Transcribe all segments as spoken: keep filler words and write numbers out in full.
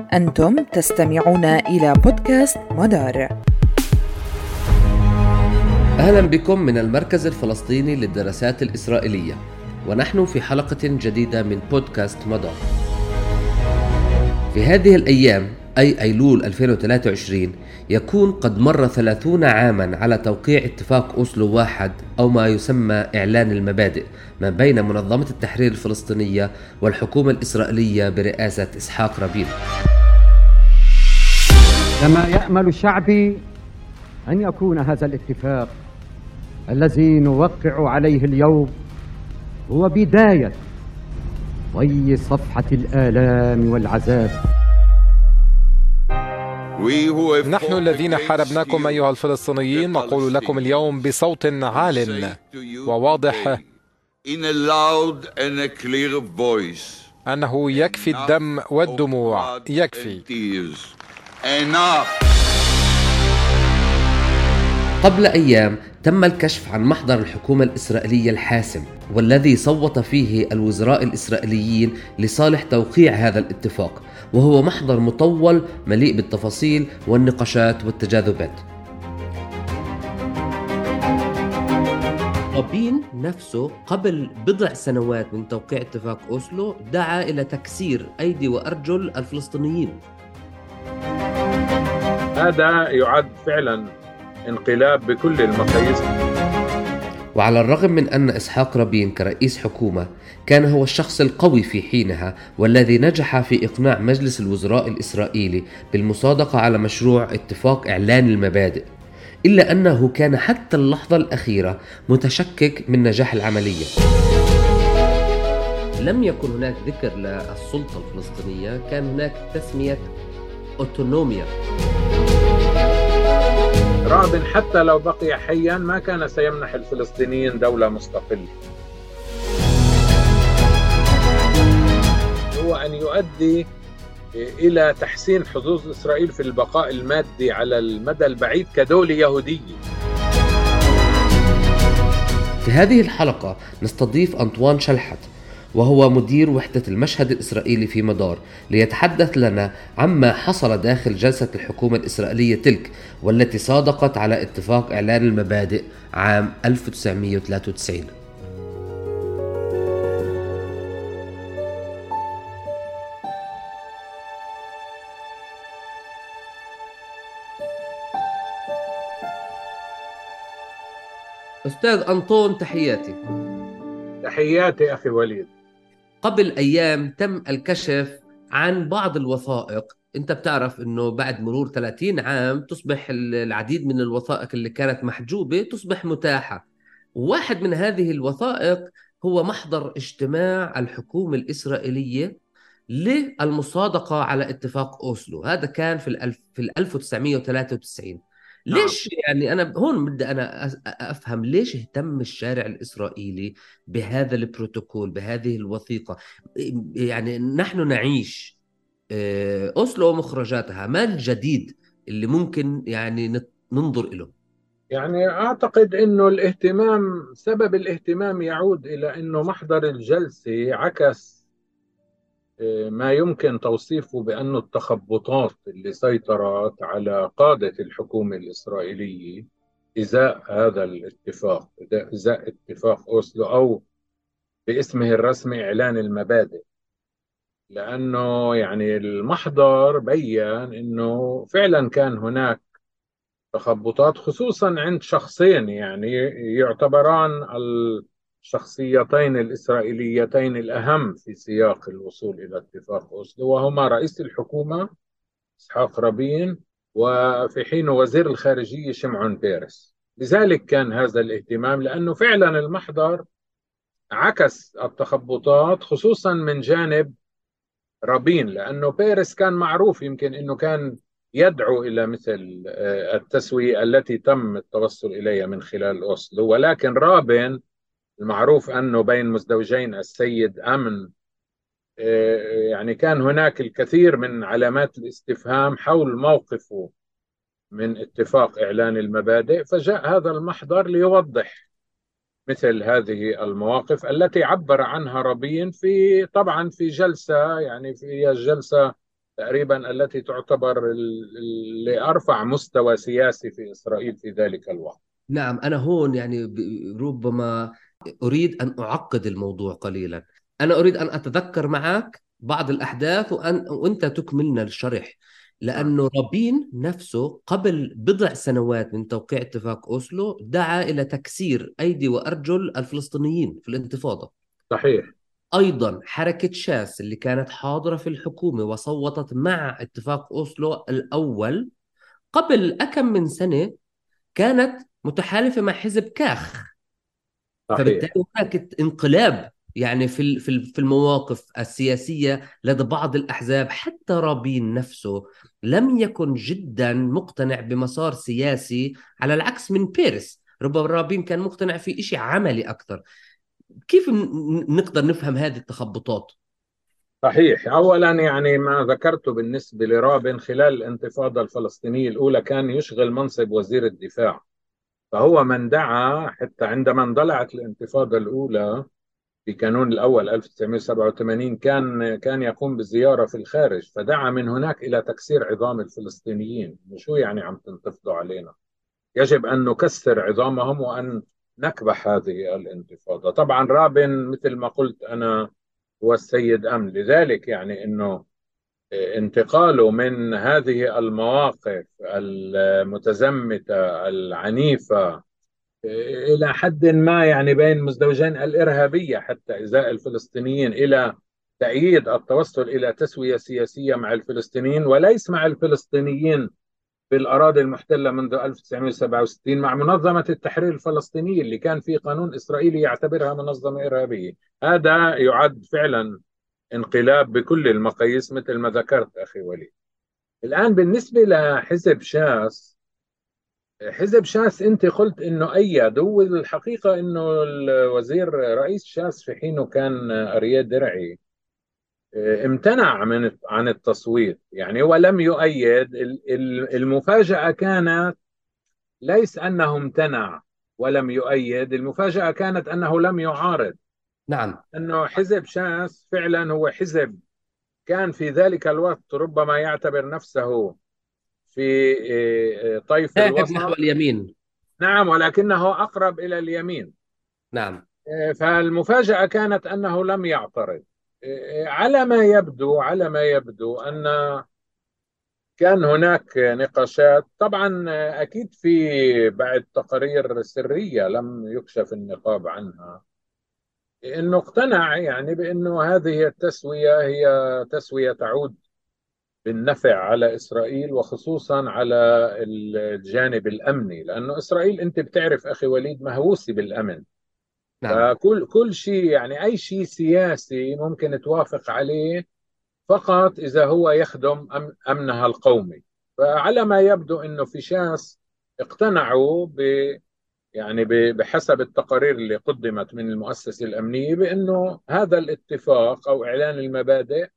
أنتم تستمعون إلى بودكاست مدار. أهلا بكم من المركز الفلسطيني للدراسات الإسرائيلية، ونحن في حلقة جديدة من بودكاست مدار. في هذه الأيام أي أيلول ألفين وثلاثة وعشرين يكون قد مر ثلاثون عاما على توقيع اتفاق أوسلو واحد أو ما يسمى إعلان المبادئ ما بين منظمة التحرير الفلسطينية والحكومة الإسرائيلية برئاسة إسحاق رابين. كما يأمل شعبي أن يكون هذا الاتفاق الذي نوقع عليه اليوم هو بداية طي صفحة الآلام والعذاب. نحن الذين حاربناكم أيها الفلسطينيين نقول لكم اليوم بصوت عال وواضح أنه يكفي الدم والدموع، يكفي. قبل أيام تم الكشف عن محضر الحكومة الإسرائيلية الحاسم، والذي صوت فيه الوزراء الإسرائيليين لصالح توقيع هذا الاتفاق، وهو محضر مطول مليء بالتفاصيل والنقاشات والتجاذبات. رابين نفسه قبل بضع سنوات من توقيع اتفاق أوسلو دعا إلى تكسير أيدي وأرجل الفلسطينيين. هذا يعد فعلا انقلاب بكل المقاييس. وعلى الرغم من أن إسحاق رابين كرئيس حكومة كان هو الشخص القوي في حينها والذي نجح في إقناع مجلس الوزراء الإسرائيلي بالمصادقة على مشروع اتفاق إعلان المبادئ، إلا أنه كان حتى اللحظة الأخيرة متشكك من نجاح العملية. لم يكن هناك ذكر للسلطة الفلسطينية، كان هناك تسمية أوتونوميا. رابين حتى لو بقي حيا ما كان سيمنح الفلسطينيين دولة مستقلة. هو أن يؤدي إلى تحسين حظوظ إسرائيل في البقاء المادي على المدى البعيد كدولة يهودية. في هذه الحلقة نستضيف أنطوان شلحت، وهو مدير وحدة المشهد الإسرائيلي في مدار، ليتحدث لنا عما حصل داخل جلسة الحكومة الإسرائيلية تلك، والتي صادقت على اتفاق إعلان المبادئ عام ألف وتسعمائة وثلاثة وتسعين. أستاذ أنطون، تحياتي. تحياتي أخي وليد. قبل أيام تم الكشف عن بعض الوثائق. أنت بتعرف أنه بعد مرور ثلاثين عام تصبح العديد من الوثائق اللي كانت محجوبة تصبح متاحة. واحد من هذه الوثائق هو محضر اجتماع الحكومة الإسرائيلية للمصادقة على اتفاق أوسلو. هذا كان في الألف في ألف وتسعمائة وثلاثة وتسعين. ليش يعني أنا هون بدي أنا أفهم ليش اهتم الشارع الإسرائيلي بهذا البروتوكول، بهذه الوثيقة؟ يعني نحن نعيش أوسلو ومخرجاتها، ما الجديد اللي ممكن يعني ننظر إله؟ يعني أعتقد أنه الاهتمام، سبب الاهتمام يعود إلى أنه محضر الجلسة عكس ما يمكن توصيفه بأنه التخبطات اللي سيطرت على قادة الحكومة الإسرائيلية إزاء هذا الاتفاق، إزاء اتفاق أوسلو أو باسمه الرسمي إعلان المبادئ. لأنه يعني المحضر بيّن أنه فعلا كان هناك تخبطات، خصوصا عند شخصين يعني يعتبران الشخصيتين الإسرائيليتين الأهم في سياق الوصول إلى اتفاق أوسلو، وهما رئيس الحكومة إسحاق رابين وفي حين وزير الخارجية شمعون بيرس. لذلك كان هذا الاهتمام، لأنه فعلا المحضر عكس التخبطات خصوصا من جانب رابين، لأنه بيرس كان معروف يمكن أنه كان يدعو إلى مثل التسوية التي تم التوصل إليها من خلال أوسلو، ولكن رابين المعروف أنه بين مزدوجين السيد أمن، يعني كان هناك الكثير من علامات الاستفهام حول موقفه من اتفاق إعلان المبادئ. فجاء هذا المحضر ليوضح مثل هذه المواقف التي عبر عنها رابين في طبعا في جلسة، يعني في جلسة تقريبا التي تعتبر ال- لأرفع مستوى سياسي في إسرائيل في ذلك الوقت. نعم، أنا هون يعني ب- ربما أريد أن أعقد الموضوع قليلا. أنا أريد أن أتذكر معك بعض الأحداث وأن وأنت تكملنا الشرح، نعم لأنه رابين نفسه قبل بضع سنوات من توقيع اتفاق أوسلو دعا إلى تكسير أيدي وأرجل الفلسطينيين في الانتفاضة. صحيح. أيضا حركة شاس اللي كانت حاضرة في الحكومة وصوتت مع اتفاق أوسلو الأول قبل أكم من سنة كانت متحالفة مع حزب كاخ. صحيح. فبالتالي هناك انقلاب يعني في ال- في ال- في المواقف السياسية لدى بعض الأحزاب. حتى رابين نفسه لم يكن جدا مقتنع بمسار سياسي، على العكس من بيرس. ربما رابين كان مقتنع في إشي عملي أكثر. كيف ن- نقدر نفهم هذه التخبطات؟ صحيح. أولا يعني ما ذكرته بالنسبة لرابن خلال الانتفاضة الفلسطينية الأولى كان يشغل منصب وزير الدفاع، فهو من دعا حتى عندما اندلعت الانتفاضة الأولى في كانون الأول ألف وتسعمئة وسبعة وثمانين كان كان يقوم بزيارة في الخارج، فدعا من هناك إلى تكسير عظام الفلسطينيين. شو يعني عم تنتفضوا علينا؟ يجب أن نكسر عظامهم وأن نكبح هذه الانتفاضة. طبعا رابن مثل ما قلت أنا هو السيد أمن، لذلك يعني أنه انتقاله من هذه المواقف المتزمتة العنيفة إلى حد ما يعني بين مزدوجين الإرهابية حتى إزاء الفلسطينيين، إلى تأييد التوصل إلى تسوية سياسية مع الفلسطينيين وليس مع الفلسطينيين في الأراضي المحتلة منذ ألف وتسعمئة وسبعة وستين، مع منظمة التحرير الفلسطينية اللي كان في قانون إسرائيلي يعتبرها منظمة إرهابية. هذا يعد فعلا انقلاب بكل المقاييس مثل ما ذكرت أخي وليد. الآن بالنسبة لحزب شاس، حزب شاس أنت قلت أنه أيد، هو الحقيقة أنه الوزير رئيس شاس في حينه كان أرياد درعي امتنع من عن التصويت، يعني هو لم يؤيد. المفاجأة كانت ليس أنه امتنع ولم يؤيد، المفاجأة كانت أنه لم يعارض. نعم. أنه حزب شاس فعلا هو حزب كان في ذلك الوقت ربما يعتبر نفسه في طيف ذاهب نحو الوسط. اليمين. نعم، ولكنه أقرب إلى اليمين. نعم. فالمفاجأة كانت أنه لم يعترض. على ما يبدو على ما يبدو أن كان هناك نقاشات، طبعا أكيد في بعد تقارير سرية لم يكشف النقاب عنها، أنه اقتنع يعني بأنه هذه التسوية هي تسوية تعود بالنفع على إسرائيل، وخصوصا على الجانب الأمني، لأنه إسرائيل أنت بتعرف أخي وليد مهووسة بالأمن. نعم. فكل كل شيء يعني أي شيء سياسي ممكن توافق عليه فقط إذا هو يخدم أم أمنها القومي. فعلى ما يبدو أنه في شاس اقتنعوا ب يعني ب- بحسب التقارير اللي قدمت من المؤسسة الأمنية بأنه هذا الاتفاق أو إعلان المبادئ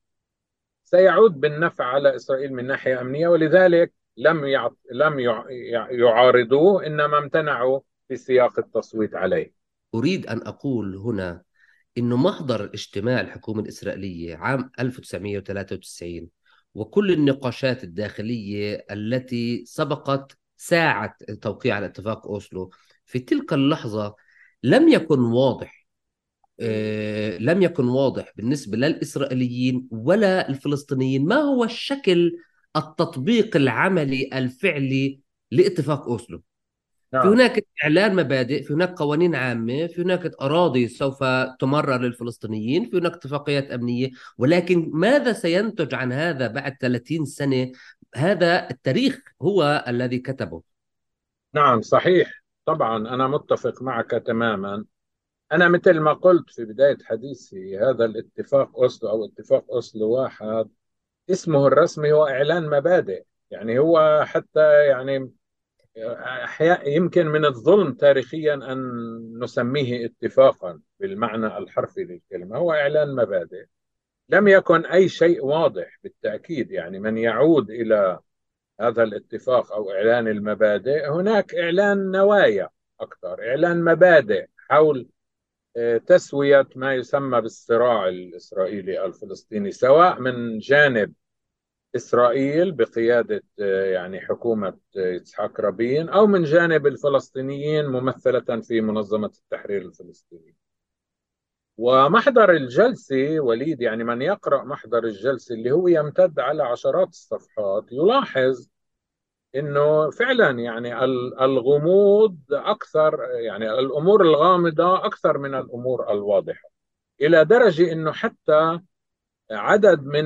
سيعود بالنفع على إسرائيل من ناحية أمنية، ولذلك لم يع... لم يع... يعارضوه، إنما امتنعوا في سياق التصويت عليه. أريد أن أقول هنا إنه محضر الاجتماع الحكومة الإسرائيلية عام ألف وتسعمئة وثلاثة وتسعين وكل النقاشات الداخلية التي سبقت ساعة توقيع على اتفاق أوسلو، في تلك اللحظة لم يكن واضح، آه، لم يكن واضح بالنسبة للإسرائيليين ولا الفلسطينيين ما هو الشكل التطبيق العملي الفعلي لاتفاق أوسلو. في نعم. هناك إعلان مبادئ، في هناك قوانين عامة، في هناك أراضي سوف تمرر للفلسطينيين، في هناك اتفاقيات أمنية، ولكن ماذا سينتج عن هذا بعد ثلاثين سنة؟ هذا التاريخ هو الذي كتبه. نعم صحيح. طبعا أنا متفق معك تماما. أنا مثل ما قلت في بداية حديثي، هذا الاتفاق أوسلو أو اتفاق أوسلو واحد اسمه الرسمي هو إعلان مبادئ. يعني هو حتى يعني أحياء يمكن من الظلم تاريخيا أن نسميه اتفاقا بالمعنى الحرفي للكلمة، هو إعلان مبادئ. لم يكن أي شيء واضح بالتأكيد. يعني من يعود إلى هذا الاتفاق أو إعلان المبادئ، هناك إعلان نوايا أكثر، إعلان مبادئ حول آه، تسوية ما يسمى بالصراع الإسرائيلي الفلسطيني، سواء من جانب إسرائيل بقيادة يعني حكومة إسحاق رابين، أو من جانب الفلسطينيين ممثلة في منظمة التحرير الفلسطيني. ومحضر الجلسة وليد، يعني من يقرأ محضر الجلسة اللي هو يمتد على عشرات الصفحات يلاحظ انه فعلا يعني الغموض اكثر، يعني الامور الغامضه اكثر من الامور الواضحه، الى درجه انه حتى عدد من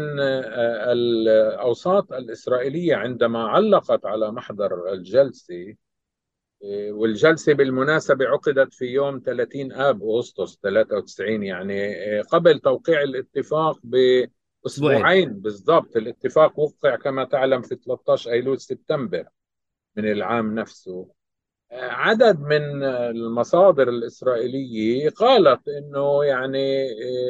الاوساط الاسرائيليه عندما علقت على محضر الجلسه، والجلسه بالمناسبه عقدت في يوم ثلاثين اب اغسطس ثلاثة وتسعين، يعني قبل توقيع الاتفاق اسبوعين. باسبوعين بالضبط. الاتفاق وقع كما تعلم في ثلاثة عشر ايلول سبتمبر من العام نفسه. عدد من المصادر الإسرائيلية قالت أنه يعني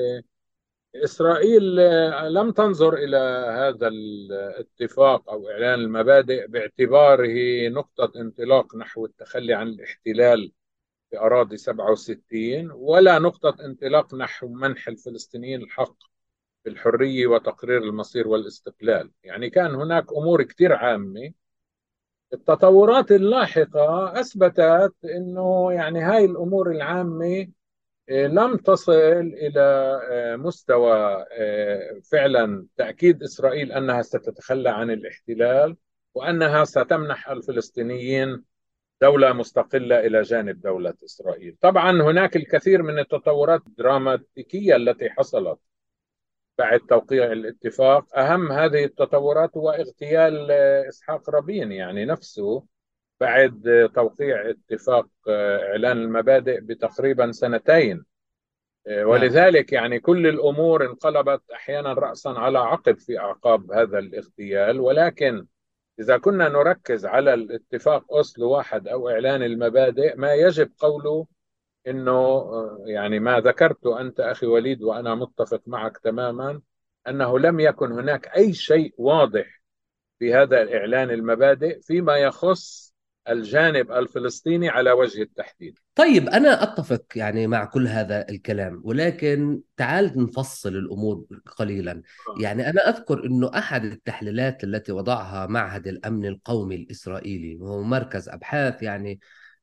إسرائيل لم تنظر إلى هذا الاتفاق أو إعلان المبادئ باعتباره نقطة انطلاق نحو التخلي عن الاحتلال في أراضي سبعة وستين، ولا نقطة انطلاق نحو منح الفلسطينيين الحق بالحرية وتقرير المصير والاستقلال. يعني كان هناك أمور كتير عامة. التطورات اللاحقة أثبتت أنه يعني هاي الأمور العامة لم تصل إلى مستوى فعلا تأكيد إسرائيل أنها ستتخلى عن الاحتلال وأنها ستمنح الفلسطينيين دولة مستقلة إلى جانب دولة إسرائيل. طبعا هناك الكثير من التطورات الدراماتيكية التي حصلت بعد توقيع الاتفاق. أهم هذه التطورات هو اغتيال إسحاق رابين يعني نفسه بعد توقيع اتفاق إعلان المبادئ بتقريبا سنتين. نعم. ولذلك يعني كل الأمور انقلبت أحيانا رأسا على عقب في أعقاب هذا الاغتيال. ولكن إذا كنا نركز على الاتفاق أوسلو واحد أو إعلان المبادئ، ما يجب قوله انه يعني ما ذكرت انت اخي وليد وانا متفق معك تماما، انه لم يكن هناك اي شيء واضح في هذا الاعلان المبادئ فيما يخص الجانب الفلسطيني على وجه التحديد. طيب أنا أتفق يعني مع كل هذا الكلام، ولكن تعال نفصل الأمور قليلا. يعني أنا أذكر أنه أحد التحليلات التي وضعها معهد الأمن القومي الإسرائيلي، وهو مركز أبحاث يعني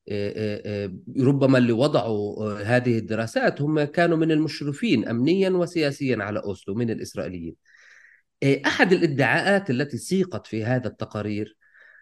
ربما اللي وضعوا هذه الدراسات هم كانوا من المشرفين أمنيا وسياسيا على أوسلو من الإسرائيليين. أحد الادعاءات التي سيقت في هذا التقارير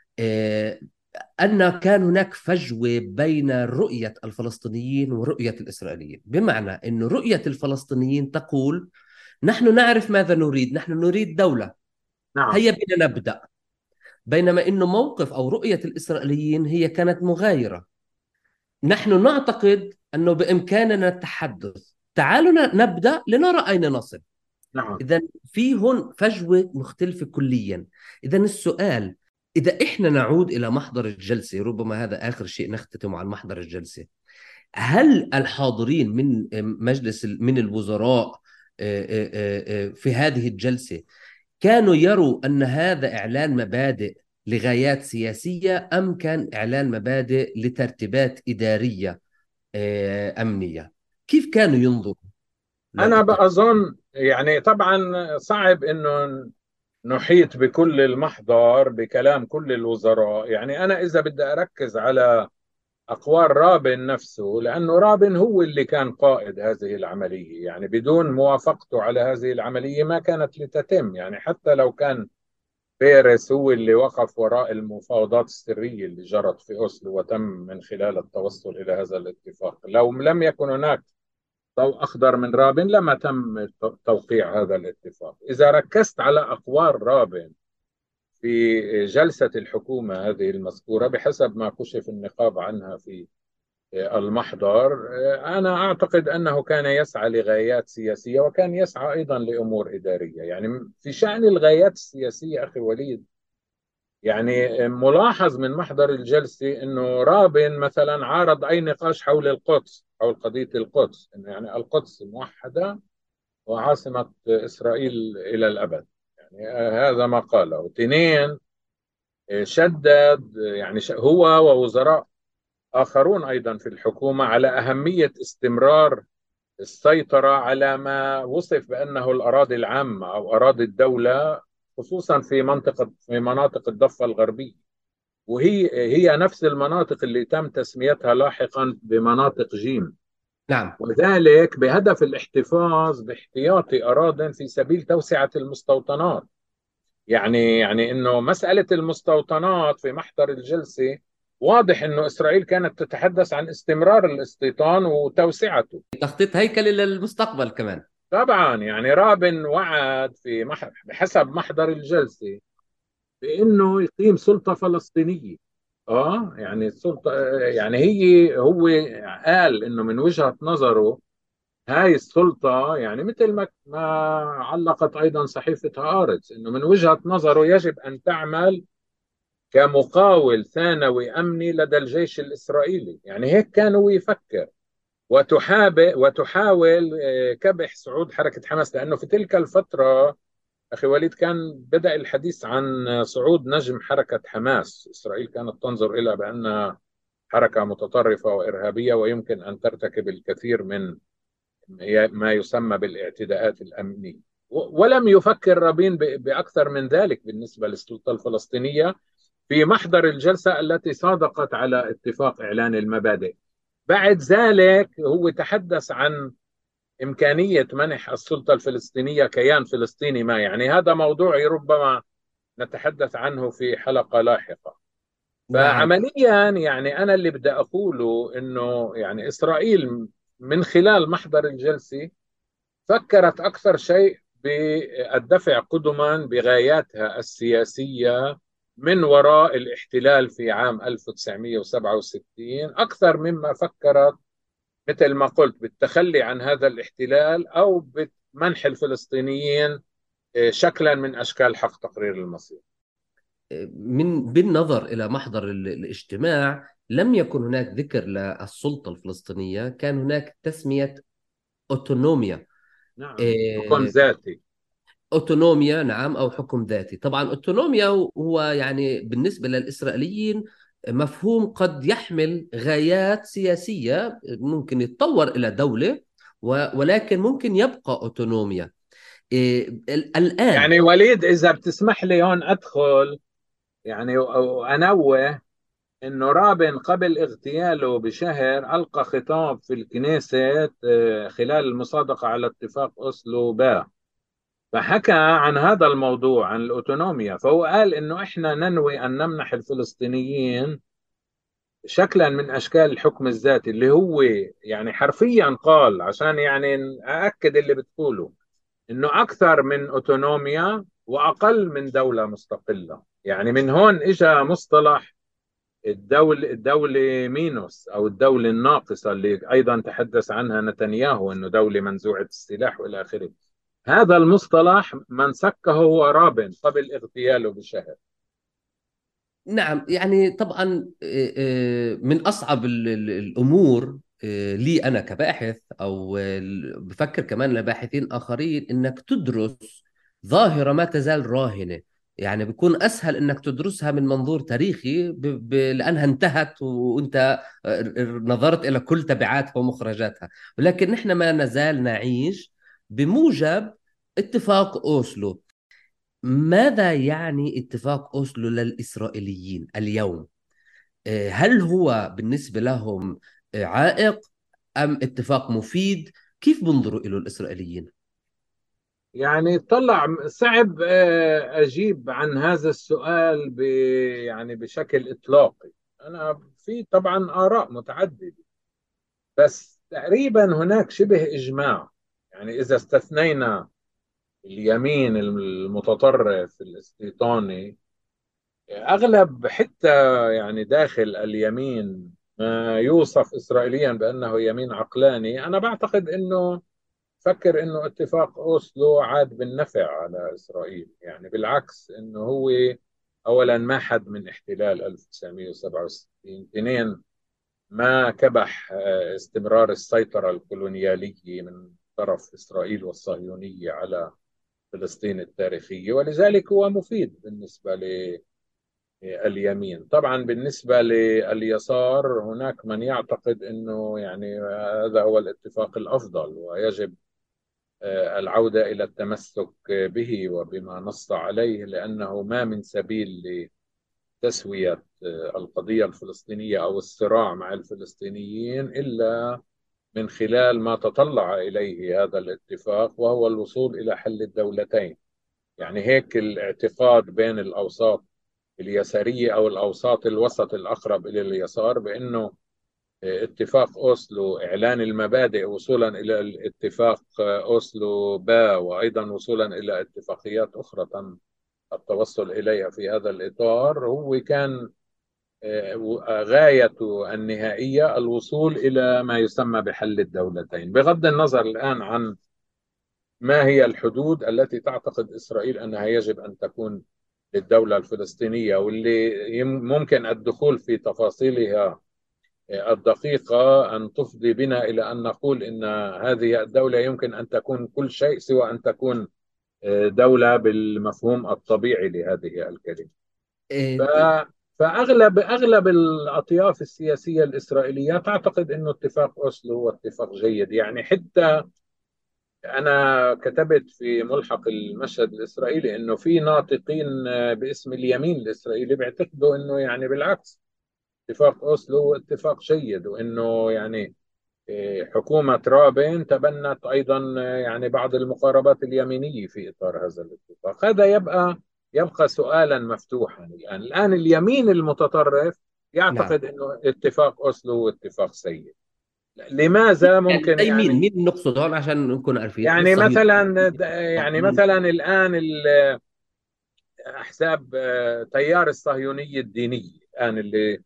أن كان هناك فجوة بين رؤية الفلسطينيين ورؤية الإسرائيليين، بمعنى أن رؤية الفلسطينيين تقول نحن نعرف ماذا نريد، نحن نريد دولة، نعم. هيا بنا نبدأ. بينما أنه موقف أو رؤية الإسرائيليين هي كانت مغايرة، نحن نعتقد أنه بإمكاننا التحدث، تعالوا نبدأ لنرى أين نصل. نعم. إذن في هون فجوة مختلفة كليا. إذن السؤال، إذا إحنا نعود إلى محضر الجلسة، ربما هذا آخر شيء نختتم عن محضر الجلسة، هل الحاضرين من مجلس من الوزراء في هذه الجلسة كانوا يروا أن هذا إعلان مبادئ لغايات سياسية أم كان إعلان مبادئ لترتيبات إدارية أمنية؟ كيف كانوا ينظروا؟ أنا بأظن يعني طبعا صعب أنه نحيط بكل المحضر بكلام كل الوزراء. يعني أنا إذا بدي أركز على أقوال رابن نفسه، لأنه رابن هو اللي كان قائد هذه العملية، يعني بدون موافقته على هذه العملية ما كانت لتتم. يعني حتى لو كان بيرس هو اللي وقف وراء المفاوضات السرية اللي جرت في أوسلو وتم من خلال التوصل إلى هذا الاتفاق، لو لم يكن هناك ضوء أخضر من رابن لما تم توقيع هذا الاتفاق. إذا ركزت على أقوال رابن في جلسة الحكومة هذه المذكورة بحسب ما كشف النقاب عنها في المحضر، أنا أعتقد أنه كان يسعى لغايات سياسية وكان يسعى أيضا لأمور إدارية. يعني في شأن الغايات السياسية أخي وليد، يعني ملاحظ من محضر الجلسة أنه رابن مثلا عارض أي نقاش حول القدس، حول قضية القدس، إنه يعني القدس موحدة وعاصمة إسرائيل إلى الأبد. يعني هذا ما قاله. اثنين، شدد يعني هو ووزراء آخرون أيضا في الحكومة على أهمية استمرار السيطرة على ما وصف بأنه الأراضي العامة أو أراضي الدولة، خصوصا في منطقة في مناطق الضفة الغربية، وهي هي نفس المناطق اللي تم تسميتها لاحقا بمناطق جيم، نعم. وذلك بهدف الاحتفاظ باحتياطي أراضٍ في سبيل توسعة المستوطنات. يعني يعني انه مسألة المستوطنات في محضر الجلسة واضح انه اسرائيل كانت تتحدث عن استمرار الاستيطان وتوسعته. تخطيط هيكلي للمستقبل كمان. طبعا يعني رابن وعد في مح... بحسب محضر الجلسة بانه يقيم سلطة فلسطينية. اه يعني السلطة، يعني هي هو قال انه من وجهة نظره هاي السلطة، يعني مثل ما ما علقت أيضا صحيفة هآرتس، إنه من وجهة نظره يجب أن تعمل كمقاول ثانوي أمني لدى الجيش الإسرائيلي. يعني هيك كان هو يفكر، وتحابي وتحاول آه، كبح صعود حركة حماس، لأنه في تلك الفترة أخي وليد كان بدأ الحديث عن صعود نجم حركة حماس. إسرائيل كانت تنظر إلى بأنها حركة متطرفة وإرهابية ويمكن أن ترتكب الكثير من ما يسمى بالاعتداءات الأمنية. ولم يفكر رابين بأكثر من ذلك بالنسبة للسلطة الفلسطينية في محضر الجلسة التي صادقت على اتفاق إعلان المبادئ. بعد ذلك هو تحدث عن إمكانية منح السلطة الفلسطينية كيان فلسطيني ما، يعني هذا موضوع ربما نتحدث عنه في حلقة لاحقة. نعم. فعمليا يعني أنا اللي بدي أقوله إنه يعني إسرائيل من خلال محضر الجلسة فكرت أكثر شيء بالدفع قدما بغاياتها السياسية من وراء الاحتلال في عام ألف وتسعمئة وسبعة وستين، أكثر مما فكرت مثل ما قلت بالتخلي عن هذا الاحتلال أو بمنح الفلسطينيين شكلا من أشكال حق تقرير المصير. من بالنظر إلى محضر ال- الاجتماع لم يكن هناك ذكر للسلطة الفلسطينية، كان هناك تسمية أوتونوميا. نعم، حكم إيه، ذاتي. أوتونوميا، نعم، أو حكم ذاتي. طبعا أوتونوميا هو يعني بالنسبة للإسرائيليين مفهوم قد يحمل غايات سياسية، ممكن يتطور إلى دولة و- ولكن ممكن يبقى أوتونوميا. إيه، ال- الآن. يعني وليد إذا بتسمح لي هون أدخل يعني وأنوه إنه رابن قبل اغتياله بشهر ألقى خطاب في الكنيسة آه، خلال المصادقة على اتفاق أوسلو با، فحكى عن هذا الموضوع عن الأوتونوميا. فهو قال إنه إحنا ننوي أن نمنح الفلسطينيين شكلا من أشكال الحكم الذاتي، اللي هو يعني حرفيا قال، عشان يعني أأكد اللي بتقوله، إنه أكثر من أوتونوميا وأقل من دولة مستقلة. يعني من هون إجا مصطلح الدولة الدولة مينوس أو الدولة الناقصة اللي أيضا تحدث عنها نتنياهو، أنه دولة منزوعة السلاح وإلى آخره. هذا المصطلح من سكه هو رابن قبل اغتياله بشهر. نعم، يعني طبعا آه، آه، من أصعب ال- ال- الأمور آه، لي أنا كباحث، أو آه، بفكر كمان لباحثين آخرين، إنك تدرس ظاهرة ما تزال راهنة. يعني بيكون أسهل إنك تدرسها من منظور تاريخي ب... ب... لأنها انتهت وأنت آه، نظرت إلى كل تبعاتها ومخرجاتها، ولكن نحن ما نزال نعيش بموجب اتفاق أوسلو. ماذا يعني اتفاق أوسلو للإسرائيليين اليوم؟ آه، هل هو بالنسبة لهم آه، عائق أم اتفاق مفيد؟ كيف بنظروا له الإسرائيليين؟ يعني طلع صعب آه، أجيب عن هذا السؤال ب يعني بشكل إطلاقي. أنا في طبعا آراء متعددة، بس تقريبا هناك شبه إجماع. يعني إذا استثنينا اليمين المتطرف الاستيطاني، أغلب حتى يعني داخل اليمين ما يوصف إسرائيليا بأنه يمين عقلاني، أنا بعتقد أنه فكر أنه اتفاق أوسلو عاد بالنفع على إسرائيل. يعني بالعكس، أنه هو أولا ما حد من احتلال ألف وتسعمئة وسبعة وستين، اثنين ما كبح آه، استمرار السيطرة الكولونيالية من طرف إسرائيل والصهيونية على فلسطين التاريخية، ولذلك هو مفيد بالنسبة لليمين. طبعا بالنسبة لليسار هناك من يعتقد أنه يعني هذا هو الاتفاق الأفضل ويجب العودة إلى التمسك به وبما نص عليه، لأنه ما من سبيل لتسوية القضية الفلسطينية أو الصراع مع الفلسطينيين إلا من خلال ما تطلع إليه هذا الاتفاق، وهو الوصول إلى حل الدولتين. يعني هيك الاعتقاد بين الأوساط اليسارية أو الأوساط الوسط الأقرب إلى اليسار، بأنه اتفاق أوسلو إعلان المبادئ وصولا إلى الاتفاق أوسلو با، وأيضا وصولا إلى اتفاقيات أخرى تم التوصل إليها في هذا الإطار، هو كان غايته النهائية الوصول إلى ما يسمى بحل الدولتين، بغض النظر الآن عن ما هي الحدود التي تعتقد إسرائيل أنها يجب أن تكون للدولة الفلسطينية، واللي ممكن الدخول في تفاصيلها الدقيقة أن تفضي بنا إلى أن نقول إن هذه الدولة يمكن أن تكون كل شيء سوى أن تكون دولة بالمفهوم الطبيعي لهذه الكلمة. ف... فأغلب أغلب الأطياف السياسية الإسرائيلية تعتقد أنه اتفاق أوسلو هو اتفاق جيد. يعني حتى أنا كتبت في ملحق المشهد الإسرائيلي أنه في ناطقين باسم اليمين الإسرائيلي بيعتقدوا أنه يعني بالعكس اتفاق أوسلو هو اتفاق جيد، وأنه يعني حكومة رابين تبنت أيضا يعني بعض المقاربات اليمينية في إطار هذا الاتفاق. هذا يبقى يبقى سؤالا مفتوحا الآن. الآن اليمين المتطرف يعتقد نعم. أنه اتفاق أوسلو هو اتفاق سيء. لماذا؟ يعني ممكن زي مين يعني مين نقصد هون عشان نكون عارفين يعني الصهيونيين؟ مثلا يعني مثلا الآن أحزاب تيار الصهيونية الدينية الآن اللي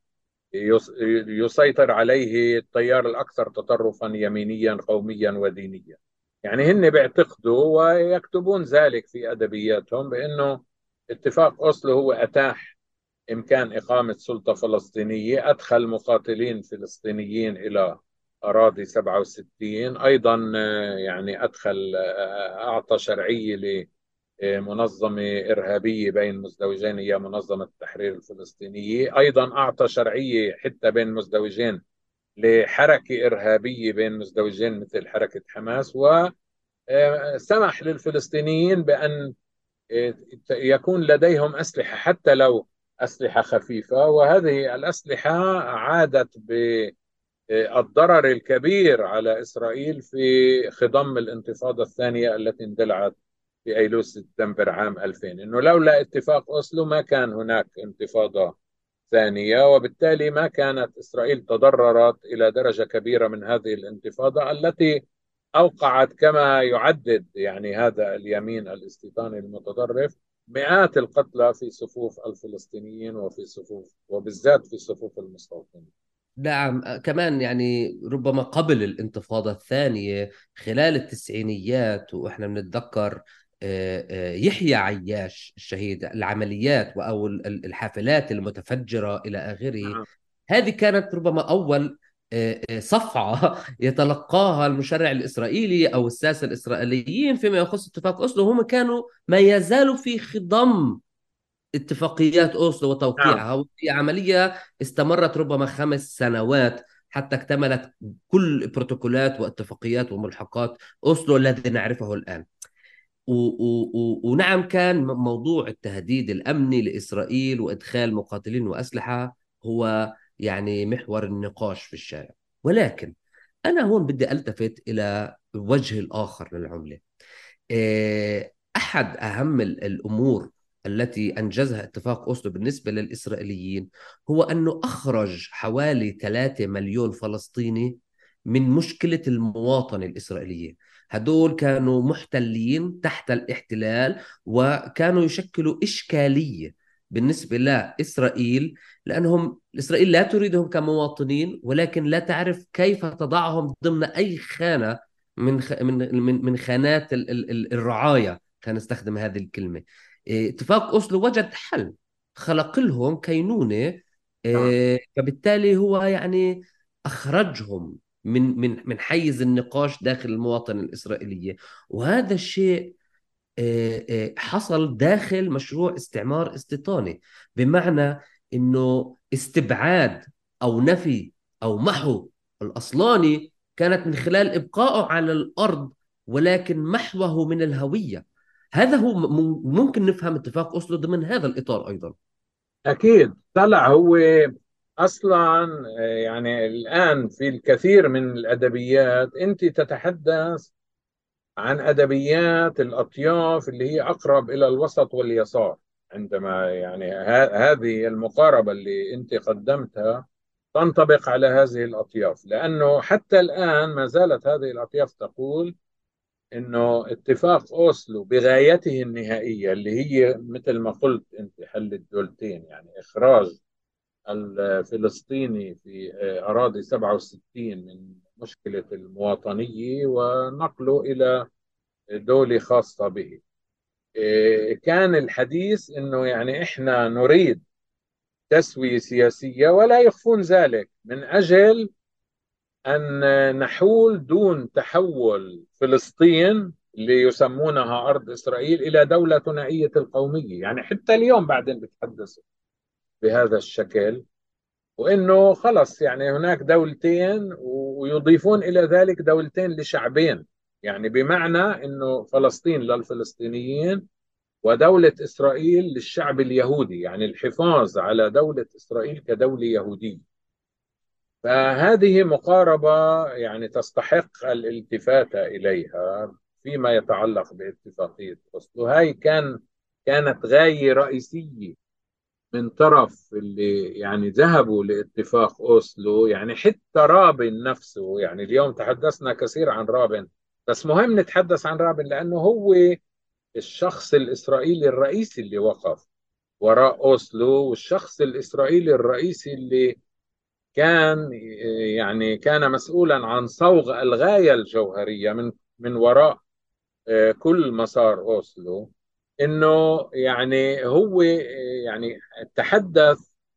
يسيطر عليه التيار الأكثر تطرفا يمينيا قوميا ودينيا، يعني هن بيعتقدوا ويكتبون ذلك في أدبياتهم بأنه اتفاق أوسلو هو أتاح إمكان إقامة سلطة فلسطينية، أدخل مقاتلين فلسطينيين إلى أراضي سبعة وستين، أيضا يعني أدخل أعطى شرعية لمنظمة إرهابية بين مزدوجين هي منظمة التحرير الفلسطينية، أيضا أعطى شرعية حتى بين مزدوجين لحركة إرهابية بين مزدوجين مثل حركة حماس، وسمح للفلسطينيين بأن يكون لديهم أسلحة حتى لو أسلحة خفيفة، وهذه الأسلحة عادت بالضرر الكبير على إسرائيل في خضم الانتفاضة الثانية التي اندلعت في أيلول سبتمبر عام ألفين. إنه لولا اتفاق أوسلو ما كان هناك انتفاضة ثانية، وبالتالي ما كانت إسرائيل تضررت إلى درجة كبيرة من هذه الانتفاضة التي أوقعت كما يعدد يعني هذا اليمين الاستيطاني المتطرف مئات القتلى في صفوف الفلسطينيين وفي صفوف وبالذات في صفوف المستوطنين. نعم. كمان يعني ربما قبل الانتفاضة الثانية خلال التسعينيات، وإحنا بنتذكر يحيى عياش الشهيد، العمليات أو الحافلات المتفجرة إلى آخره. نعم. هذه كانت ربما أول صفعة يتلقاها المشرع الإسرائيلي أو الساسة الإسرائيليين فيما يخص اتفاق أوسلو. هم كانوا ما يزالوا في خضم اتفاقيات أوسلو نعم. وتوقيعها، وهي عملية استمرت ربما خمس سنوات حتى اكتملت كل بروتوكولات واتفاقيات وملحقات أوسلو الذي نعرفه الآن. و و و ونعم، كان موضوع التهديد الأمني لإسرائيل وإدخال مقاتلين وأسلحة هو يعني محور النقاش في الشارع. ولكن أنا هون بدي ألتفت إلى الوجه الآخر للعملة. أحد أهم الأمور التي أنجزها اتفاق أوسلو بالنسبة للإسرائيليين هو أنه أخرج حوالي ثلاثة مليون فلسطيني من مشكلة المواطنة الإسرائيلية. هدول كانوا محتلين تحت الاحتلال، وكانوا يشكلوا إشكالية بالنسبة لإسرائيل، لأنهم إسرائيل لا تريدهم كمواطنين، ولكن لا تعرف كيف تضعهم ضمن أي خانة من من من من خانات الرعاية. كان استخدم هذه الكلمة. اتفاق أوسلو وجد حل، خلق لهم كينونة، فبالتالي هو يعني أخرجهم من من من حيز النقاش داخل المواطنة الإسرائيلية. وهذا الشيء حصل داخل مشروع استعمار استيطاني، بمعنى إنه استبعاد أو نفي أو محو الأصلاني كانت من خلال إبقائه على الأرض ولكن محوه من الهوية. هذا هو م- ممكن نفهم اتفاق أوسلو ضمن هذا الإطار أيضا. أكيد طلع هو أصلا، آه، يعني الآن في الكثير من الأدبيات أنت تتحدث عن أدبيات الأطياف اللي هي أقرب إلى الوسط واليسار. عندما يعني ه- هذه المقاربة اللي أنت قدمتها تنطبق على هذه الأطياف، لأنه حتى الآن ما زالت هذه الأطياف تقول إنه اتفاق أوسلو بغايته النهائية اللي هي مثل ما قلت أنت حل الدولتين، يعني إخراج الفلسطيني في أراضي سبعة وستين من مشكلة المواطنية ونقله إلى دولة خاصة به. إيه، كان الحديث انه يعني احنا نريد تسوية سياسية، ولا يخفون ذلك، من اجل ان نحول دون تحول فلسطين اللي يسمونها ارض اسرائيل الى دولة ثنائية القومية. يعني حتى اليوم بعدين بتحدثوا بهذا الشكل، وانه خلص يعني هناك دولتين، ويضيفون الى ذلك دولتين لشعبين، يعني بمعنى انه فلسطين للفلسطينيين ودولة إسرائيل للشعب اليهودي، يعني الحفاظ على دولة إسرائيل كدولة يهودية. فهذه مقاربة يعني تستحق الالتفات إليها فيما يتعلق باتفاقية أوسلو. هاي كان كانت غاية رئيسية من طرف اللي يعني ذهبوا لاتفاق أوسلو. يعني حتى رابن نفسه، يعني اليوم تحدثنا كثير عن رابن، بس مهم نتحدث عن رابن لأنه هو الشخص الإسرائيلي الرئيسي اللي وقف وراء أوسلو، والشخص الإسرائيلي الرئيسي اللي كان يعني كان مسؤولا عن صوغ الغاية الجوهرية من من وراء آه، كل مسار أوسلو. إنه يعني هو آه، يعني تحدث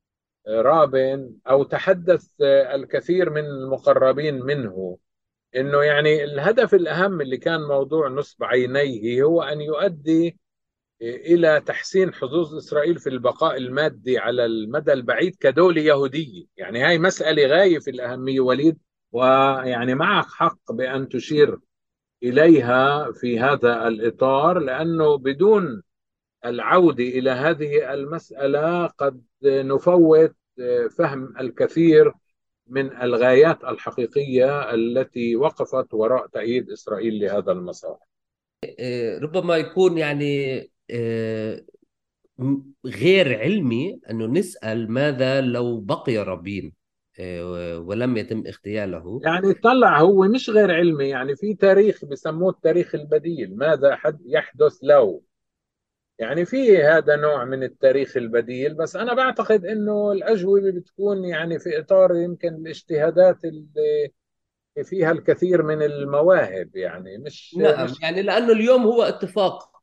رابن أو تحدث آه، الكثير من المقربين منه إنه يعني الهدف الأهم اللي كان موضوع نصب عينيه هو أن يؤدي إلى تحسين حظوظ إسرائيل في البقاء المادي على المدى البعيد كدولة يهودية. يعني هاي مسألة غاية في الأهمية وليد، ويعني معك حق بأن تشير إليها في هذا الإطار، لأنه بدون العودة إلى هذه المسألة قد نفوت فهم الكثير من الغايات الحقيقية التي وقفت وراء تأييد إسرائيل لهذا المسار. آه، ربما يكون يعني آه، م- غير علمي أنه نسأل ماذا لو بقي رابين آه، ولم يتم اغتياله. يعني طلع هو مش غير علمي، يعني في تاريخ بسموه التاريخ البديل، ماذا حد يحدث لو. يعني في هذا نوع من التاريخ البديل، بس أنا بعتقد إنه الأجوبة بتكون يعني في إطار يمكن الاجتهادات اللي فيها الكثير من المواهب، يعني مش نعم، مش يعني لأنه اليوم هو اتفاق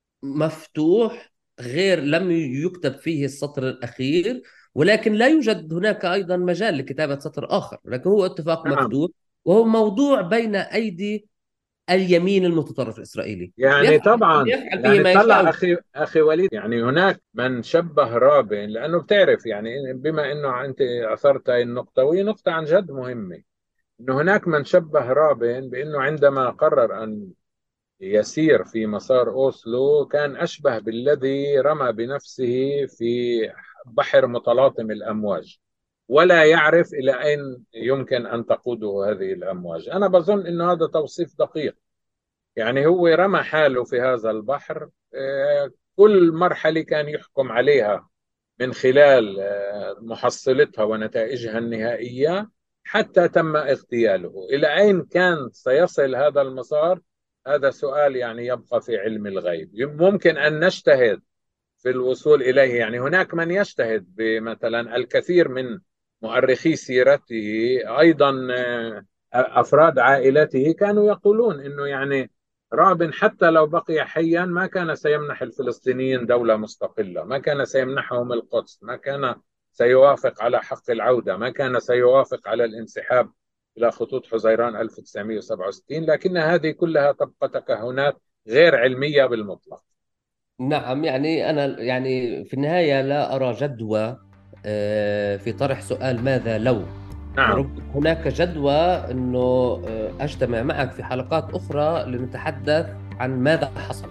مفتوح، غير لم يكتب فيه السطر الأخير، ولكن لا يوجد هناك أيضا مجال لكتابة سطر آخر، لكن هو اتفاق نعم. مفتوح، وهو موضوع بين أيدي اليمين المتطرف الإسرائيلي يعني يفعل طبعا يفعل به يعني ما يشاء. طلع اخي اخي وليد، يعني هناك من شبه رابن، لانه بتعرف يعني بما انه انت اثرت هاي النقطه، وهي نقطه عن جد مهمه، انه هناك من شبه رابن بانه عندما قرر ان يسير في مسار اوسلو كان اشبه بالذي رمى بنفسه في بحر متلاطم الامواج، ولا يعرف الى اين يمكن ان تقوده هذه الامواج. انا بظن انه هذا توصيف دقيق. يعني هو رمى حاله في هذا البحر، آه، كل مرحلة كان يحكم عليها من خلال آه، محصلتها ونتائجها النهائية حتى تم اغتياله. إلى أين كان سيصل هذا المسار؟ هذا سؤال يعني يبقى في علم الغيب. ممكن أن نجتهد في الوصول إليه، يعني هناك من يجتهد بمثلا الكثير من مؤرخي سيرته أيضا، آه، أفراد عائلته كانوا يقولون أنه يعني رابن حتى لو بقي حيا ما كان سيمنح الفلسطينيين دولة مستقلة، ما كان سيمنحهم القدس، ما كان سيوافق على حق العودة، ما كان سيوافق على الانسحاب إلى خطوط حزيران ألف وتسعمئة وسبعة وستين. لكن هذه كلها تبقى تكهنات غير علمية بالمطلق. نعم، يعني أنا يعني في النهاية لا أرى جدوى آه، في طرح سؤال ماذا لو. نعم. ربما هناك جدوى أنه أجتمع معك في حلقات أخرى لنتحدث عن ماذا حصل.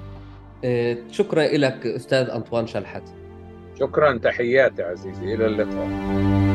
شكرا لك أستاذ أنطوان شلحت. شكرا، تحياتي عزيزي، إلى اللقاء.